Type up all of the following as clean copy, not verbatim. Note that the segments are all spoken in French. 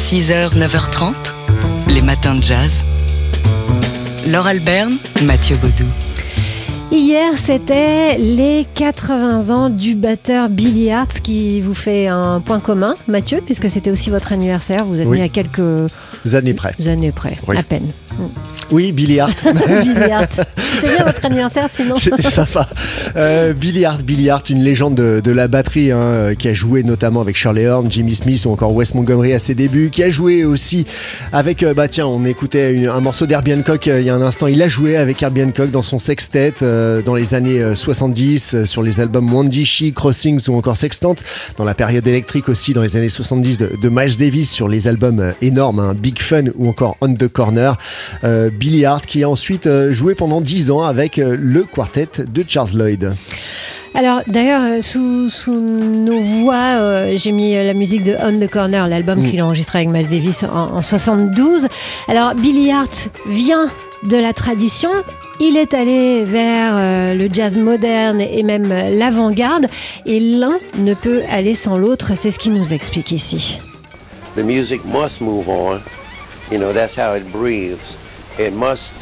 6h, 9h30, les matins de jazz. Laure Alberne, Mathieu Baudou. Hier, c'était les 80 ans du batteur Billy Hart, qui vous fait un point commun, Mathieu, puisque c'était aussi votre anniversaire. Vous êtes né à quelques années près. À peine. Oui, Billy Hart. Billy Hart. C'était bien votre anniversaire, sinon. C'était sympa. Billy Hart, une légende de la batterie, qui a joué notamment avec Shirley Horn, Jimmy Smith ou encore Wes Montgomery à ses débuts, qui a joué aussi avec, on écoutait un morceau d'Herbie Hancock il y a un instant. Il a joué avec Herbie Hancock dans son sextet dans les années 70 sur les albums Wandishi, Crossings ou encore Sextant. Dans la période électrique aussi, dans les années 70 de Miles Davis sur les albums énormes, Big Fun ou encore On the Corner. Billy Hart qui a ensuite joué pendant 10 ans avec le quartet de Charles Lloyd. Alors d'ailleurs, sous nos voix, j'ai mis la musique de On the Corner, l'album qu'il a enregistré avec Miles Davis en 72. Alors Billy Hart vient de la tradition. Il est allé vers le jazz moderne et même l'avant-garde, et l'un ne peut aller sans l'autre. C'est ce qu'il nous explique ici. The music must move on. You know, that's how it breathes. It must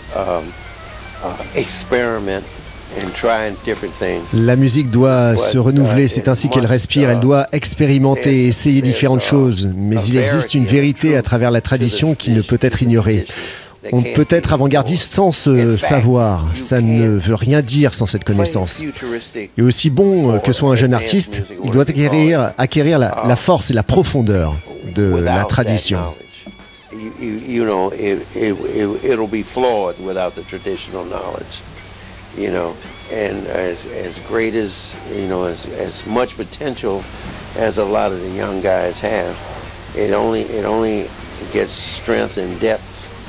experiment and try different things. La musique doit se renouveler, c'est ainsi qu'elle respire. Elle doit expérimenter, essayer différentes choses. Mais il existe une vérité à travers la tradition qui ne peut être ignorée. On peut être avant-gardiste sans ce savoir. Ça ne veut rien dire sans cette connaissance. Et aussi bon que soit un jeune artiste, il doit acquérir la force et la profondeur de la tradition. You know, it'll be flawed without the traditional knowledge. You know, and as great as, you know, as much potential as a lot of the young guys have, it only gets strength and depth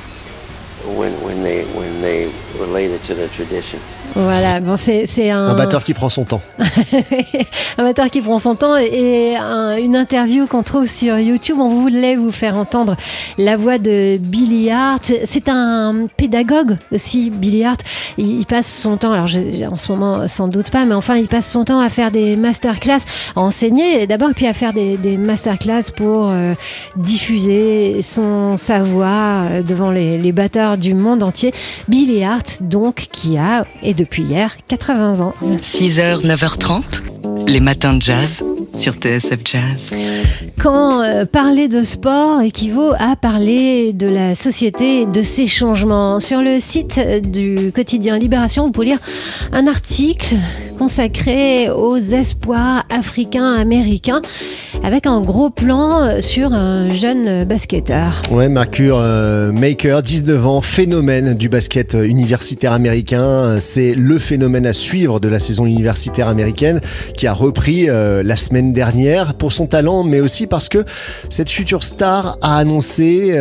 when they relate it to the tradition. Voilà, bon, c'est un batteur qui prend son temps. Un batteur qui prend son temps et une interview qu'on trouve sur YouTube. On voulait vous faire entendre la voix de Billy Hart. C'est un pédagogue aussi, Billy Hart. Il passe son temps, alors en ce moment sans doute pas, mais enfin il passe son temps à faire des masterclass, à enseigner d'abord et puis à faire des masterclass pour diffuser son savoir devant les batteurs du monde entier. Billy Hart donc, qui a, et depuis hier, 80 ans. 6h, 9h30, les matins de jazz sur TSF Jazz. Quand parler de sport équivaut à parler de la société et de ses changements. Sur le site du quotidien Libération, vous pouvez lire un article consacré aux espoirs africains-américains avec un gros plan sur un jeune basketteur. Ouais, Marcus Maker, 19 ans, phénomène du basket universitaire américain. C'est le phénomène à suivre de la saison universitaire américaine qui a repris la semaine dernière pour son talent, mais aussi parce que cette future star a annoncé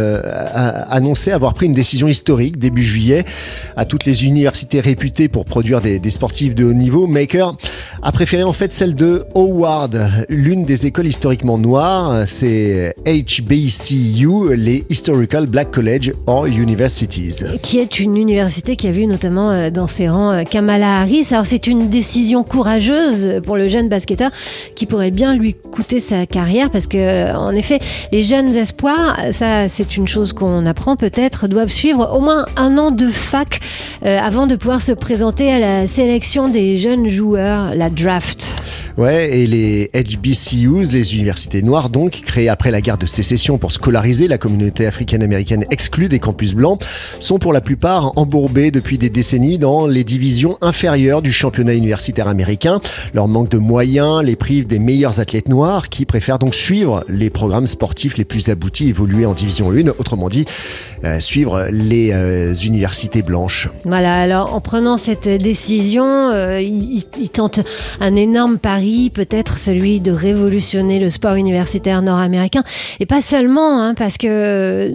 avoir pris une décision historique début juillet. À toutes les universités réputées pour produire des sportifs de haut niveau, Maker a préféré en fait celle de Howard, l'une des écoles historiquement noires. C'est HBCU, les Historical Black College or Universities. Qui est une université qui a vu notamment dans ses rangs Kamala Harris. Alors c'est une décision courageuse pour le jeune basketteur qui pourrait bien lui coûter sa carrière, parce que en effet les jeunes espoirs, ça c'est une chose qu'on apprend peut-être, doivent suivre au moins un an de fac avant de pouvoir se présenter à la sélection des jeunes joueurs, la draft. Ouais, et les HBCUs, les universités noires donc, créées après la guerre de sécession pour scolariser la communauté africaine-américaine exclue des campus blancs, sont pour la plupart embourbées depuis des décennies dans les divisions inférieures du championnat universitaire américain. Leur manque de moyens les prive des meilleurs athlètes noirs qui préfèrent donc suivre les programmes sportifs les plus aboutis évolués en division 1, autrement dit suivre les universités blanches. Voilà, alors en prenant cette décision, il tente un énorme pari, peut-être celui de révolutionner le sport universitaire nord-américain, et pas seulement, parce que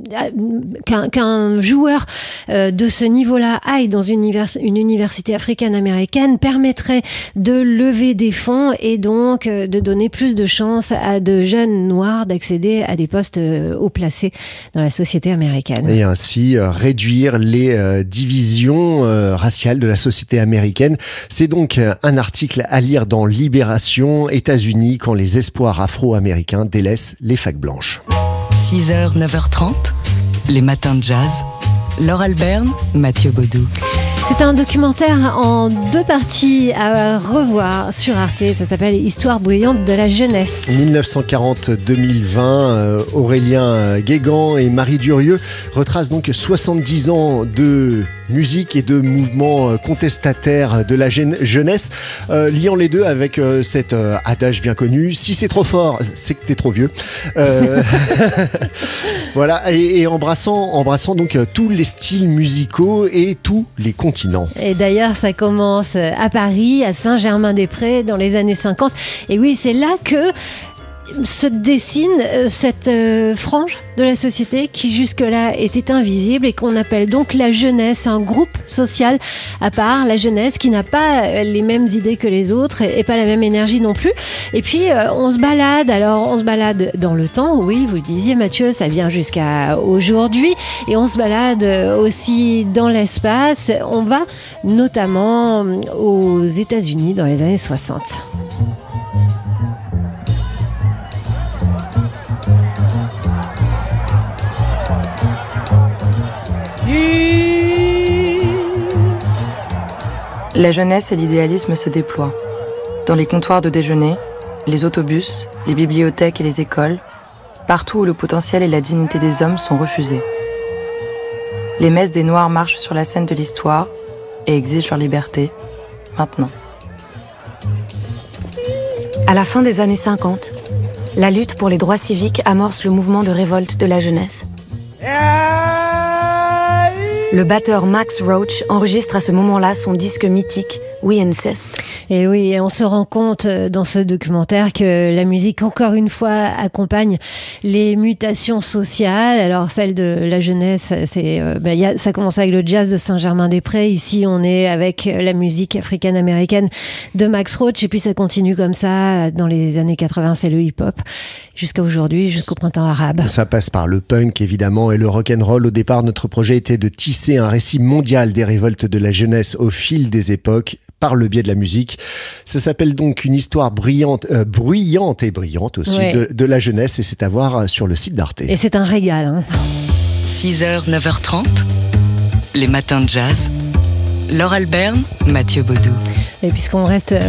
qu'un joueur de ce niveau-là aille dans une université africaine-américaine permettrait de lever des fonds et donc de donner plus de chances à de jeunes noirs d'accéder à des postes haut placés dans la société américaine. Et ainsi réduire les divisions raciales de la société américaine. C'est donc un article à lire dans Libération, États-Unis, quand les espoirs afro-américains délaissent les facs blanches. 6h, 9h30, les matins de jazz. Laure Alberne, Mathieu Baudou. C'est un documentaire en 2 parties à revoir sur Arte. Ça s'appelle Histoire bruyante de la jeunesse. 1940-2020, Aurélien Guégan et Marie Durieux retracent donc 70 ans de musique et de mouvements contestataires de la jeunesse, liant les deux avec cet adage bien connu: si c'est trop fort, c'est que t'es trop vieux. Voilà, et embrassant donc tous les styles musicaux et tous les continents. Et d'ailleurs, ça commence à Paris, à Saint-Germain-des-Prés, dans les années 50. Et oui, c'est là que se dessine cette frange de la société qui jusque-là était invisible et qu'on appelle donc la jeunesse, un groupe social à part, la jeunesse qui n'a pas les mêmes idées que les autres et pas la même énergie non plus. Et puis on se balade dans le temps, oui, vous le disiez Mathieu, ça vient jusqu'à aujourd'hui, et on se balade aussi dans l'espace. On va notamment aux États-Unis dans les années 60. La jeunesse et l'idéalisme se déploient. Dans les comptoirs de déjeuner, les autobus, les bibliothèques et les écoles, partout où le potentiel et la dignité des hommes sont refusés. Les messes des Noirs marchent sur la scène de l'histoire et exigent leur liberté, maintenant. À la fin des années 50, la lutte pour les droits civiques amorce le mouvement de révolte de la jeunesse. Le batteur Max Roach enregistre à ce moment-là son disque mythique We Incest. Et oui, on se rend compte dans ce documentaire que la musique, encore une fois, accompagne les mutations sociales. Alors celle de la jeunesse, ça commence avec le jazz de Saint-Germain-des-Prés. Ici, on est avec la musique africaine-américaine de Max Roach. Et puis ça continue comme ça. Dans les années 80, c'est le hip-hop. Jusqu'à aujourd'hui, jusqu'au printemps arabe. Ça passe par le punk, évidemment, et le rock'n'roll. Au départ, notre projet était de tisser un récit mondial des révoltes de la jeunesse au fil des époques, par le biais de la musique. Ça s'appelle donc une histoire bruyante et brillante aussi, oui, de la jeunesse, et c'est à voir sur le site d'Arte. Et c'est un régal. Hein. 6h, 9h30, les matins de jazz. Laure Alberne, Mathieu Baudou. Et puisqu'on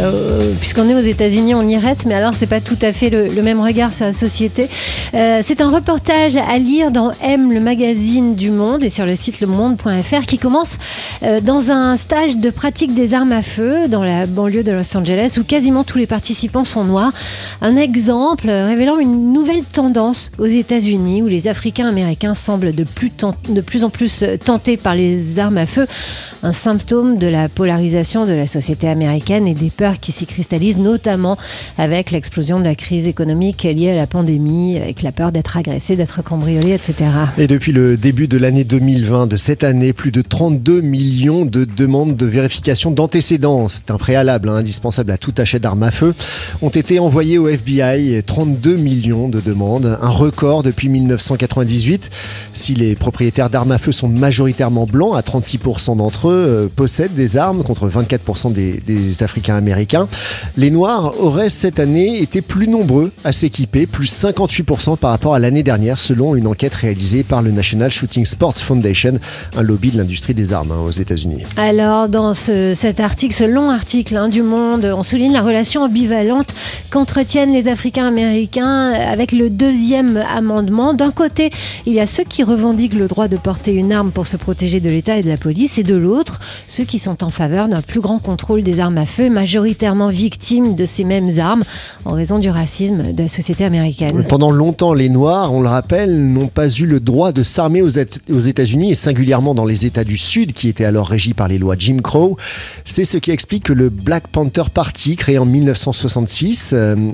est aux États-Unis, on y reste, mais alors c'est pas tout à fait le même regard sur la société. C'est un reportage à lire dans M, le magazine du Monde, et sur le site lemonde.fr, qui commence dans un stage de pratique des armes à feu dans la banlieue de Los Angeles, où quasiment tous les participants sont noirs. Un exemple révélant une nouvelle tendance aux États-Unis, où les Africains-Américains semblent de plus en plus tentés par les armes à feu, un symptôme de la polarisation de la société américaine et des peurs qui s'y cristallisent, notamment avec l'explosion de la crise économique liée à la pandémie, avec la peur d'être agressé, d'être cambriolé, etc. Et depuis le début de l'année 2020, de cette année, plus de 32 millions de demandes de vérification d'antécédents, c'est un préalable indispensable à tout achat d'armes à feu, ont été envoyées au FBI. 32 millions de demandes, un record depuis 1998. Si les propriétaires d'armes à feu sont majoritairement blancs, à 36% d'entre eux possèdent des armes contre 24% des Africains-Américains. Les Noirs auraient cette année été plus nombreux à s'équiper, plus 58% par rapport à l'année dernière, selon une enquête réalisée par le National Shooting Sports Foundation, un lobby de l'industrie des armes aux États-Unis. Alors, dans cet article, ce long article du Monde, on souligne la relation ambivalente qu'entretiennent les Africains-Américains avec le 2e amendement. D'un côté, il y a ceux qui revendiquent le droit de porter une arme pour se protéger de l'État et de la police, et de l'autre, ceux qui sont en faveur d'un plus grand contrôle des armes à feu, majoritairement victimes de ces mêmes armes en raison du racisme de la société américaine. Pendant longtemps, les Noirs, on le rappelle, n'ont pas eu le droit de s'armer aux États-Unis, et singulièrement dans les États du Sud, qui étaient alors régis par les lois Jim Crow. C'est ce qui explique que le Black Panther Party, créé en 1966,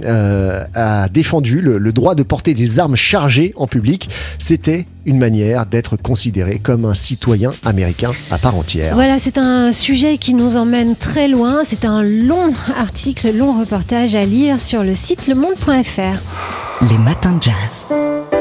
a défendu le droit de porter des armes chargées en public. C'était une manière d'être considéré comme un citoyen américain à part entière. Voilà, c'est un sujet qui nous emmène très loin. C'est un long article, long reportage à lire sur le site lemonde.fr. Les matins de jazz.